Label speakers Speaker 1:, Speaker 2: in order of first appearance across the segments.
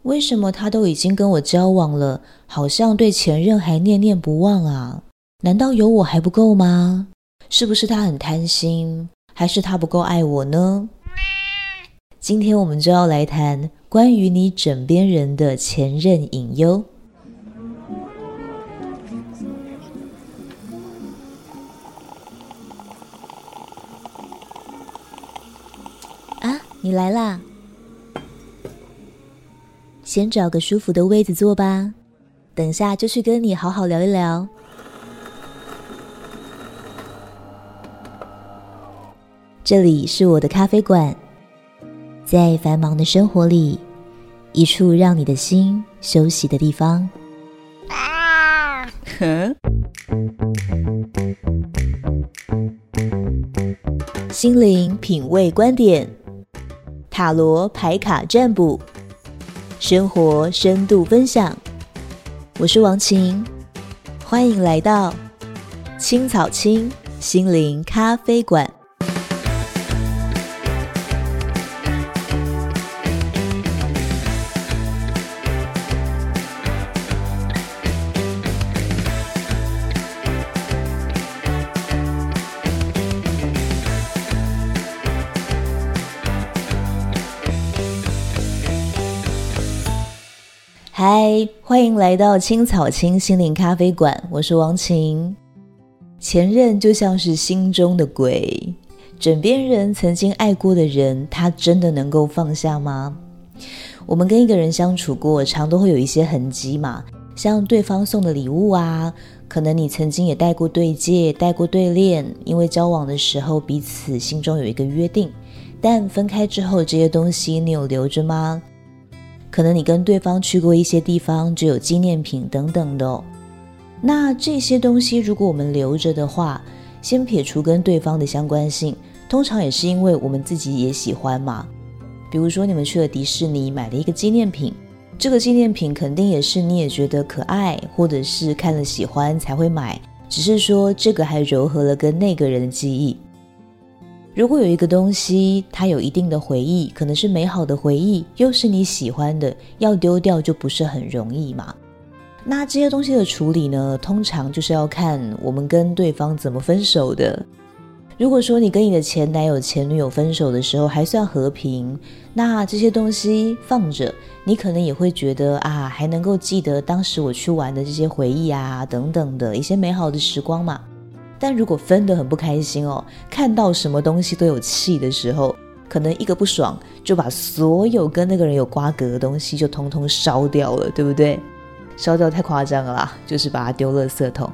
Speaker 1: 为什么他都已经跟我交往了，好像对前任还念念不忘啊？难道有我还不够吗？是不是他很贪心，还是他不够爱我呢？今天我们就要来谈关于你枕边人的前任隐忧。啊，你来啦！先找个舒服的位子坐吧，等下就去跟你好好聊一聊。这里是我的咖啡馆，在繁忙的生活里，一处让你的心休息的地方。心灵品味观点，塔罗牌卡占卜，生活深度分享。我是王晴，欢迎来到青草青心灵咖啡馆。嗨，欢迎来到青草青心灵咖啡馆，我是王晴。前任就像是心中的鬼，枕边人曾经爱过的人，他真的能够放下吗？我们跟一个人相处过，常都会有一些痕迹嘛，像对方送的礼物啊，可能你曾经也戴过对戒，戴过对链，因为交往的时候彼此心中有一个约定，但分开之后这些东西你有留着吗？可能你跟对方去过一些地方，只有纪念品等等的哦。那这些东西如果我们留着的话，先撇除跟对方的相关性，通常也是因为我们自己也喜欢嘛。比如说你们去了迪士尼买了一个纪念品，这个纪念品肯定也是你也觉得可爱，或者是看了喜欢才会买，只是说这个还糅合了跟那个人的记忆。如果有一个东西它有一定的回忆，可能是美好的回忆，又是你喜欢的，要丢掉就不是很容易嘛。那这些东西的处理呢，通常就是要看我们跟对方怎么分手的。如果说你跟你的前男友前女友分手的时候还算和平，那这些东西放着，你可能也会觉得啊，还能够记得当时我去玩的这些回忆啊等等的一些美好的时光嘛。但如果分得很不开心哦，看到什么东西都有气的时候，可能一个不爽就把所有跟那个人有瓜葛的东西就通通烧掉了，对不对？烧掉太夸张了啦，就是把它丢垃圾桶。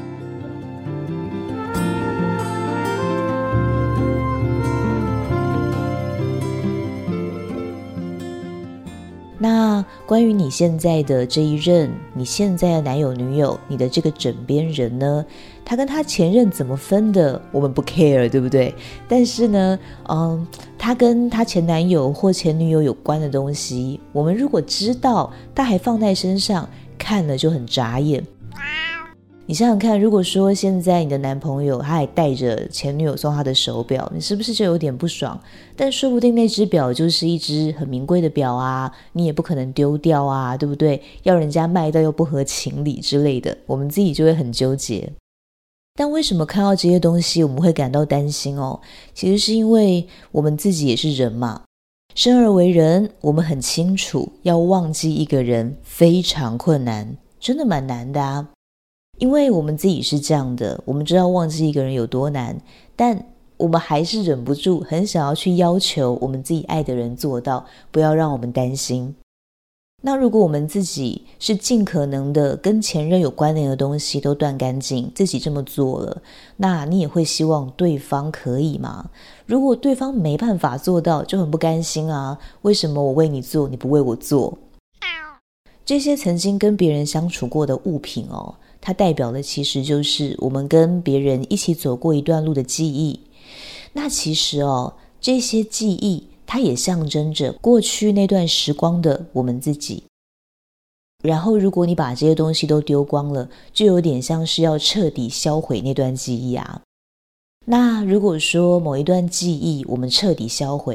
Speaker 1: 那关于你现在的这一任，你现在的男友女友，你的这个枕边人呢，他跟他前任怎么分的，我们不 care， 对不对？但是呢，他跟他前男友或前女友有关的东西，我们如果知道，他还放在身上，看了就很眨眼。你想想看，如果说现在你的男朋友他还带着前女友送他的手表，你是不是就有点不爽？但说不定那只表就是一只很名贵的表啊，你也不可能丢掉啊，对不对？要人家卖掉又不合情理之类的，我们自己就会很纠结。但为什么看到这些东西我们会感到担心哦？其实是因为我们自己也是人嘛，生而为人，我们很清楚要忘记一个人非常困难，真的蛮难的啊。因为我们自己是这样的，我们知道忘记一个人有多难，但我们还是忍不住很想要去要求我们自己爱的人做到，不要让我们担心。那如果我们自己是尽可能的跟前任有关联的东西都断干净，自己这么做了，那你也会希望对方可以吗？如果对方没办法做到，就很不甘心啊，为什么我为你做，你不为我做？这些曾经跟别人相处过的物品哦，它代表的其实就是我们跟别人一起走过一段路的记忆。那其实哦，这些记忆它也象征着过去那段时光的我们自己。然后如果你把这些东西都丢光了，就有点像是要彻底销毁那段记忆啊。那如果说某一段记忆我们彻底销毁，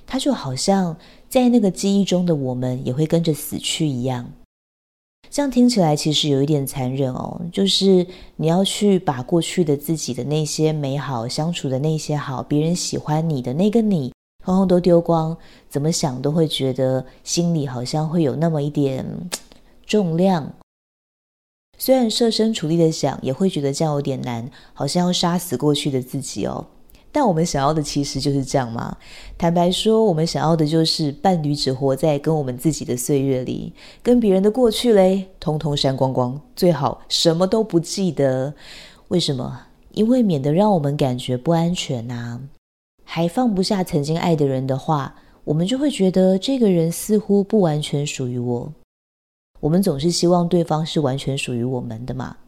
Speaker 1: 它就好像在那个记忆中的我们也会跟着死去一样。这样听起来其实有一点残忍哦，就是你要去把过去的自己的那些美好，相处的那些好，别人喜欢你的那个你，通通都丢光，怎么想都会觉得心里好像会有那么一点重量。虽然设身处地的想，也会觉得这样有点难，好像要杀死过去的自己哦。但我们想要的其实就是这样嘛。坦白说，我们想要的就是伴侣只活在跟我们自己的岁月里，跟别人的过去嘞，通通删光光，最好什么都不记得。为什么？因为免得让我们感觉不安全啊。还放不下曾经爱的人的话，我们就会觉得这个人似乎不完全属于我。我们总是希望对方是完全属于我们的嘛。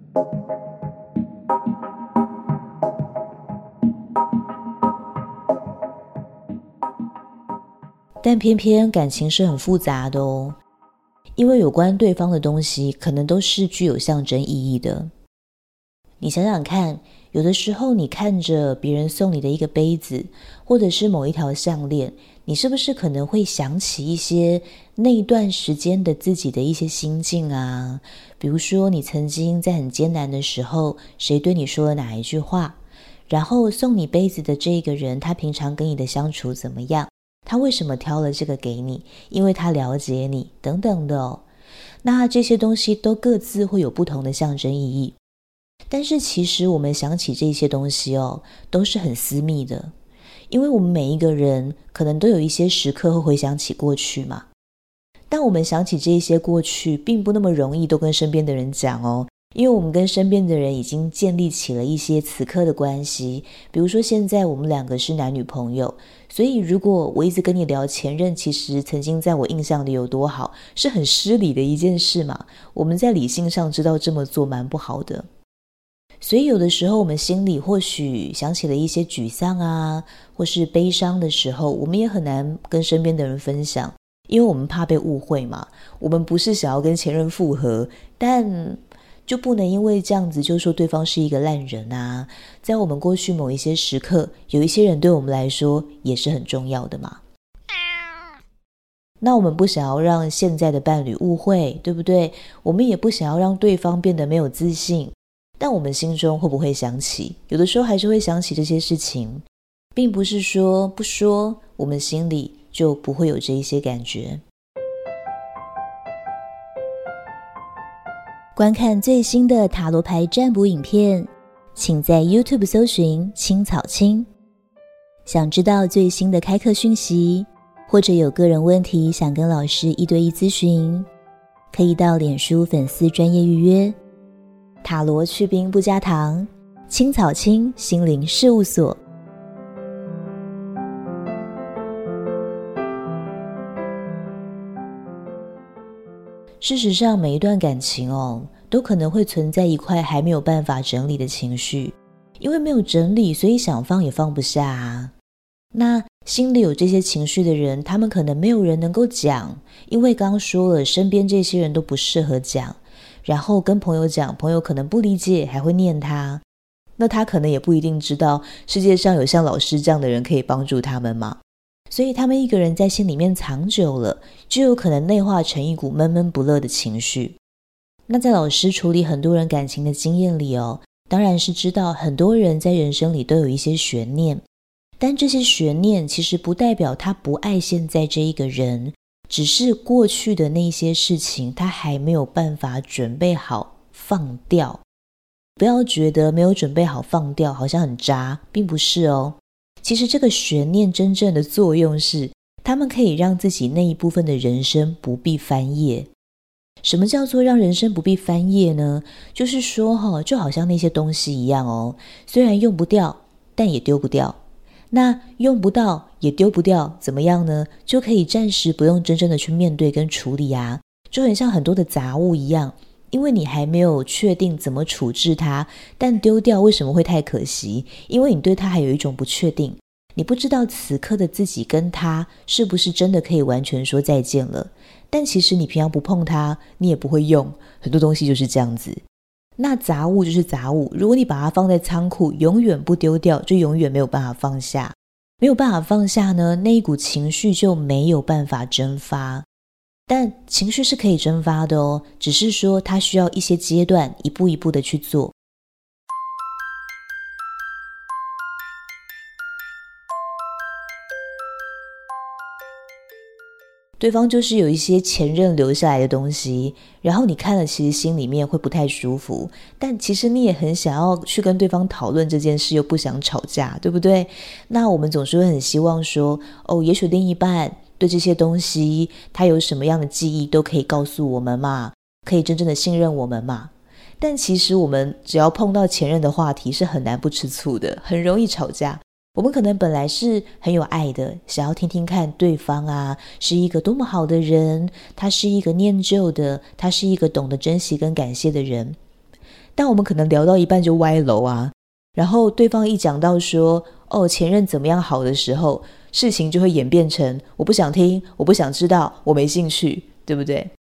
Speaker 1: 但偏偏感情是很复杂的哦，因为有关对方的东西可能都是具有象征意义的。你想想看，有的时候你看着别人送你的一个杯子，或者是某一条项链，你是不是可能会想起一些那一段时间的自己的一些心境啊？比如说你曾经在很艰难的时候，谁对你说了哪一句话，然后送你杯子的这个人，他平常跟你的相处怎么样，他为什么挑了这个给你，因为他了解你等等的哦。那这些东西都各自会有不同的象征意义，但是其实我们想起这些东西哦，都是很私密的，因为我们每一个人可能都有一些时刻会回想起过去嘛。但我们想起这些过去并不那么容易都跟身边的人讲哦，因为我们跟身边的人已经建立起了一些此刻的关系。比如说现在我们两个是男女朋友，所以如果我一直跟你聊前任其实曾经在我印象里有多好，是很失礼的一件事嘛。我们在理性上知道这么做蛮不好的，所以有的时候我们心里或许想起了一些沮丧啊，或是悲伤的时候，我们也很难跟身边的人分享，因为我们怕被误会嘛。我们不是想要跟前任复合，但就不能因为这样子就说对方是一个烂人啊。在我们过去某一些时刻，有一些人对我们来说也是很重要的嘛。那我们不想要让现在的伴侣误会，对不对？我们也不想要让对方变得没有自信，但我们心中会不会想起？有的时候还是会想起这些事情，并不是说不说，我们心里就不会有这一些感觉。观看最新的塔罗牌占卜影片，请在 YouTube 搜寻青草青。想知道最新的开课讯息，或者有个人问题想跟老师一对一咨询，可以到脸书粉丝专页预约。塔罗去冰不加糖，青草青心灵事务所。事实上，每一段感情都可能会存在一块还没有办法整理的情绪，因为没有整理，所以想放也放不下啊。那心里有这些情绪的人，他们可能没有人能够讲，因为刚刚说了，身边这些人都不适合讲，然后跟朋友讲，朋友可能不理解，还会念他，那他可能也不一定知道世界上有像老师这样的人可以帮助他们嘛。所以他们一个人在心里面藏久了，就有可能内化成一股闷闷不乐的情绪。那在老师处理很多人感情的经验里当然是知道很多人在人生里都有一些悬念，但这些悬念其实不代表他不爱现在这一个人，只是过去的那些事情他还没有办法准备好放掉。不要觉得没有准备好放掉好像很渣，并不是哦。其实这个悬念真正的作用是，他们可以让自己那一部分的人生不必翻页。什么叫做让人生不必翻页呢？就是说就好像那些东西一样虽然用不掉，但也丢不掉。那用不到也丢不掉怎么样呢？就可以暂时不用真正的去面对跟处理啊，就很像很多的杂物一样，因为你还没有确定怎么处置它，但丢掉为什么会太可惜？因为你对它还有一种不确定，你不知道此刻的自己跟它是不是真的可以完全说再见了。但其实你平常不碰它，你也不会用，很多东西就是这样子。那杂物就是杂物，如果你把它放在仓库永远不丢掉，就永远没有办法放下。 没有办法放下呢，那一股情绪就没有办法蒸发。但情绪是可以蒸发的哦，只是说它需要一些阶段，一步一步的去做。对方就是有一些前任留下来的东西，然后你看了其实心里面会不太舒服，但其实你也很想要去跟对方讨论这件事，又不想吵架，对不对？那我们总是会很希望说，也许另一半对这些东西他有什么样的记忆都可以告诉我们嘛，可以真正的信任我们嘛。但其实我们只要碰到前任的话题是很难不吃醋的，很容易吵架。我们可能本来是很有爱的，想要听听看对方啊是一个多么好的人，他是一个念旧的，他是一个懂得珍惜跟感谢的人。但我们可能聊到一半就歪楼啊，然后对方一讲到说前任怎么样好的时候，事情就会演变成我不想听，我不想知道，我没兴趣，对不对？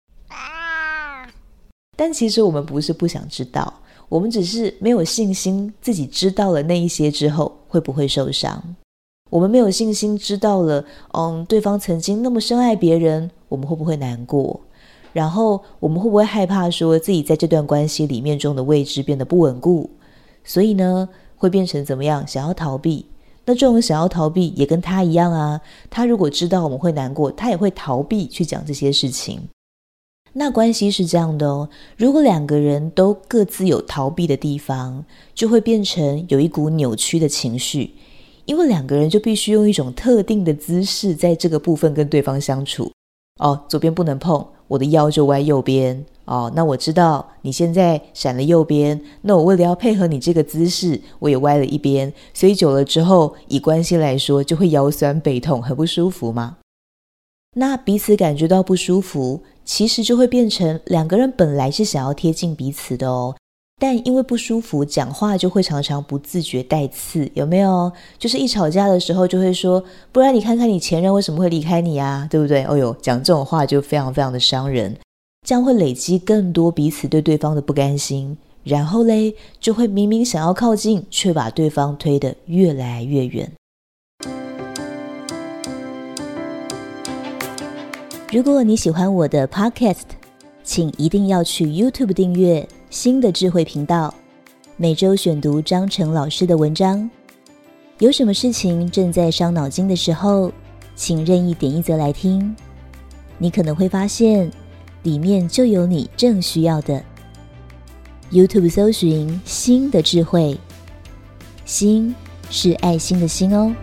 Speaker 1: 但其实我们不是不想知道，我们只是没有信心自己知道了那一些之后会不会受伤。我们没有信心知道了对方曾经那么深爱别人，我们会不会难过？然后我们会不会害怕说自己在这段关系里面中的位置变得不稳固，所以呢会变成怎么样？想要逃避。那这种想要逃避也跟他一样啊，他如果知道我们会难过，他也会逃避去讲这些事情。那关系是这样的哦，如果两个人都各自有逃避的地方，就会变成有一股扭曲的情绪，因为两个人就必须用一种特定的姿势在这个部分跟对方相处。左边不能碰，我的腰就歪右边。那我知道你现在闪了右边，那我为了要配合你这个姿势，我也歪了一边，所以久了之后，以关系来说就会腰酸背痛，很不舒服嘛。那彼此感觉到不舒服，其实就会变成两个人本来是想要贴近彼此的哦，但因为不舒服，讲话就会常常不自觉带刺，有没有？就是一吵架的时候就会说，不然你看看你前任为什么会离开你啊，对不对？讲这种话就非常非常的伤人，这样会累积更多彼此对对方的不甘心，然后嘞，就会明明想要靠近，却把对方推得越来越远。如果你喜欢我的 Podcast， 请一定要去 YouTube 订阅新的智慧频道，每周选读张成老师的文章。有什么事情正在伤脑筋的时候，请任意点一则来听，你可能会发现里面就有你正需要的。 YouTube 搜寻新的智慧，心是爱心的心哦。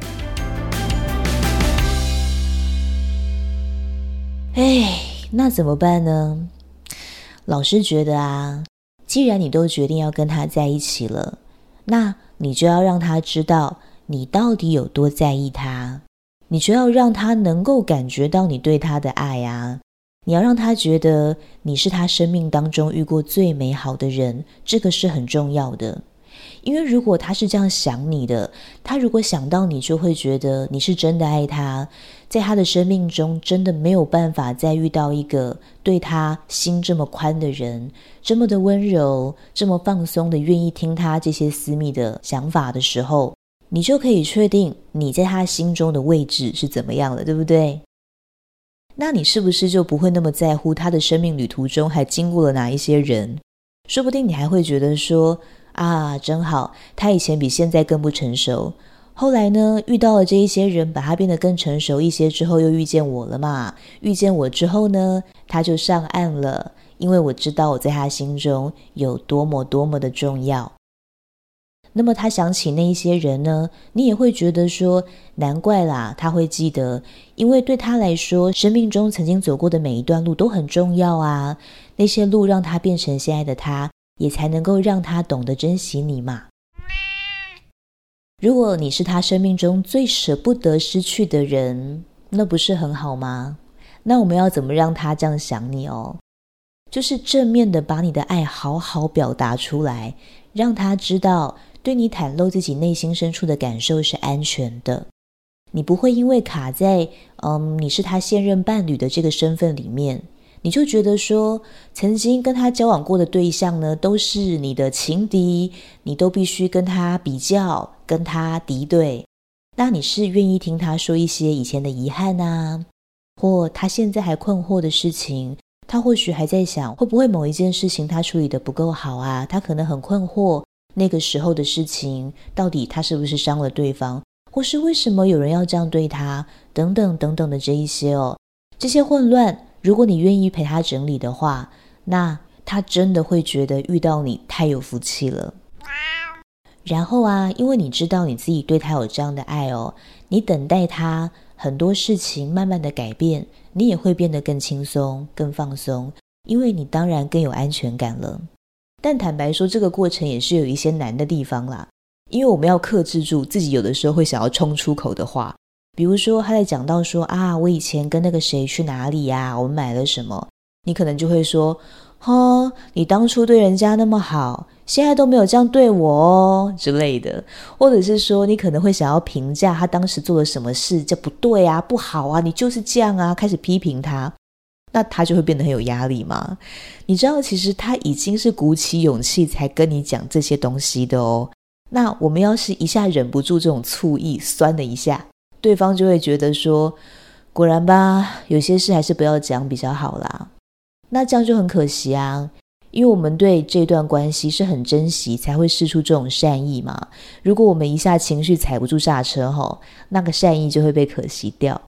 Speaker 1: 那怎么办呢？老师觉得啊，既然你都决定要跟他在一起了，那你就要让他知道你到底有多在意他，你就要让他能够感觉到你对他的爱啊，你要让他觉得你是他生命当中遇过最美好的人，这个是很重要的。因为如果他是这样想你的，他如果想到你就会觉得你是真的爱他，在他的生命中真的没有办法再遇到一个对他心这么宽的人，这么的温柔，这么放松的愿意听他这些私密的想法的时候，你就可以确定你在他心中的位置是怎么样了，对不对？那你是不是就不会那么在乎他的生命旅途中还经过了哪一些人？说不定你还会觉得说真好，他以前比现在更不成熟，后来呢遇到了这一些人，把他变得更成熟一些之后，又遇见我了嘛，遇见我之后呢，他就上岸了，因为我知道我在他心中有多么多么的重要。那么他想起那一些人呢，你也会觉得说难怪啦，他会记得，因为对他来说，生命中曾经走过的每一段路都很重要啊，那些路让他变成现在的他，也才能够让他懂得珍惜你嘛。如果你是他生命中最舍不得失去的人，那不是很好吗？那我们要怎么让他这样想你哦？就是正面的把你的爱好好表达出来，让他知道对你袒露自己内心深处的感受是安全的。你不会因为卡在你是他现任伴侣的这个身份里面，你就觉得说曾经跟他交往过的对象呢都是你的情敌，你都必须跟他比较，跟他敌对。 那你是愿意听他说一些以前的遗憾啊，或他现在还困惑的事情，他或许还在想会不会某一件事情他处理得不够好啊，他可能很困惑那个时候的事情到底他是不是伤了对方，或是为什么有人要这样对他，等等等等的这一些这些混乱，如果你愿意陪他整理的话，那他真的会觉得遇到你太有福气了。然后啊，因为你知道你自己对他有这样的爱你等待他很多事情慢慢的改变，你也会变得更轻松更放松，因为你当然更有安全感了。但坦白说，这个过程也是有一些难的地方啦，因为我们要克制住自己有的时候会想要冲出口的话，比如说他在讲到说我以前跟那个谁去哪里我们买了什么，你可能就会说你当初对人家那么好，现在都没有这样对我之类的，或者是说你可能会想要评价他当时做了什么事，这不对啊，不好啊，你就是这样啊，开始批评他，那他就会变得很有压力嘛。你知道其实他已经是鼓起勇气才跟你讲这些东西的那我们要是一下忍不住这种醋意酸了一下，对方就会觉得说果然吧，有些事还是不要讲比较好啦。那这样就很可惜啊，因为我们对这段关系是很珍惜才会释出这种善意嘛。如果我们一下情绪踩不住刹车那个善意就会被可惜掉。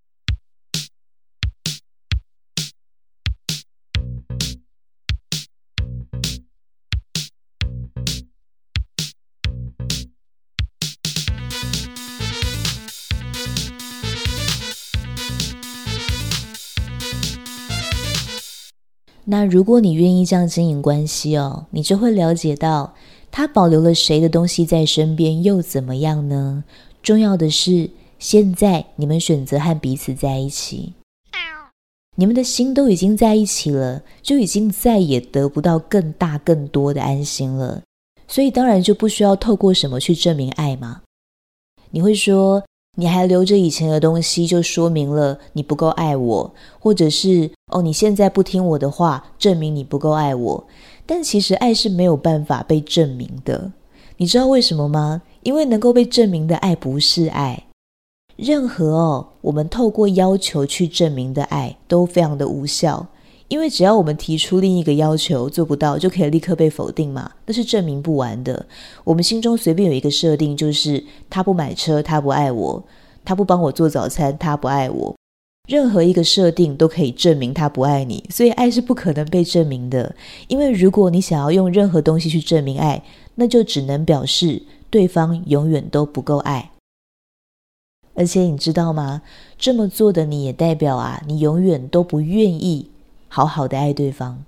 Speaker 1: 那如果你愿意这样经营关系你就会了解到他保留了谁的东西在身边又怎么样呢？重要的是现在你们选择和彼此在一起，你们的心都已经在一起了，就已经再也得不到更大更多的安心了，所以当然就不需要透过什么去证明爱嘛。你会说你还留着以前的东西，就说明了你不够爱我，或者是你现在不听我的话，证明你不够爱我。但其实爱是没有办法被证明的，你知道为什么吗？因为能够被证明的爱不是爱。任何我们透过要求去证明的爱都非常的无效，因为只要我们提出另一个要求做不到，就可以立刻被否定嘛，那是证明不完的。我们心中随便有一个设定，就是他不买车他不爱我，他不帮我做早餐他不爱我，任何一个设定都可以证明他不爱你，所以爱是不可能被证明的。因为如果你想要用任何东西去证明爱，那就只能表示对方永远都不够爱。而且你知道吗？这么做的你也代表你永远都不愿意好好的爱对方。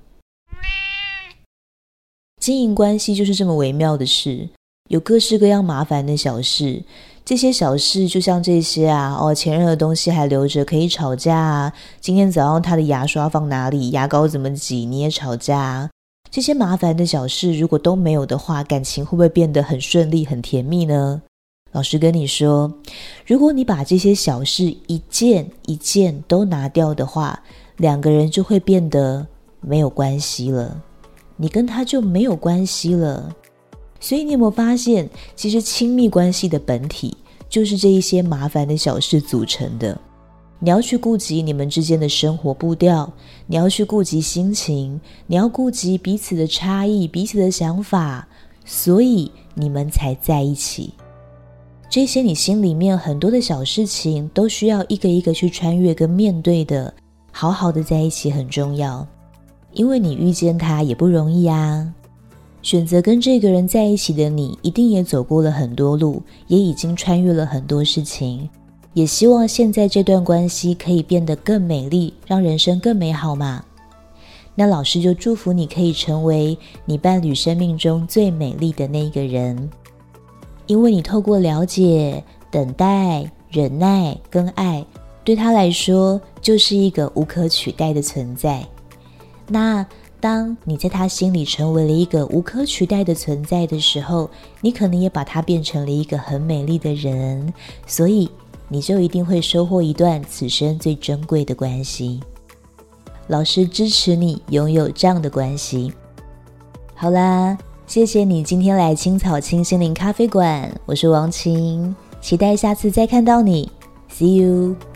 Speaker 1: 经营关系就是这么微妙的事，有各式各样麻烦的小事，这些小事就像这些前任的东西还留着可以吵架今天早上他的牙刷放哪里，牙膏怎么挤你也吵架这些麻烦的小事如果都没有的话，感情会不会变得很顺利很甜蜜呢？老师跟你说，如果你把这些小事一件一件都拿掉的话，两个人就会变得没有关系了，你跟他就没有关系了。所以你有没有发现，其实亲密关系的本体就是这一些麻烦的小事组成的。你要去顾及你们之间的生活步调，你要去顾及心情，你要顾及彼此的差异彼此的想法，所以你们才在一起。这些你心里面很多的小事情都需要一个一个去穿越跟面对的，好好的在一起很重要。因为你遇见他也不容易选择跟这个人在一起的你一定也走过了很多路，也已经穿越了很多事情，也希望现在这段关系可以变得更美丽，让人生更美好嘛。那老师就祝福你可以成为你伴侣生命中最美丽的那一个人，因为你透过了解、等待、忍耐跟爱，对他来说就是一个无可取代的存在。那当你在他心里成为了一个无可取代的存在的时候，你可能也把他变成了一个很美丽的人，所以你就一定会收获一段此生最珍贵的关系。老师支持你拥有这样的关系。好啦，谢谢你今天来青草清心灵咖啡馆，我是王晴， 期待下次再看到你。See you。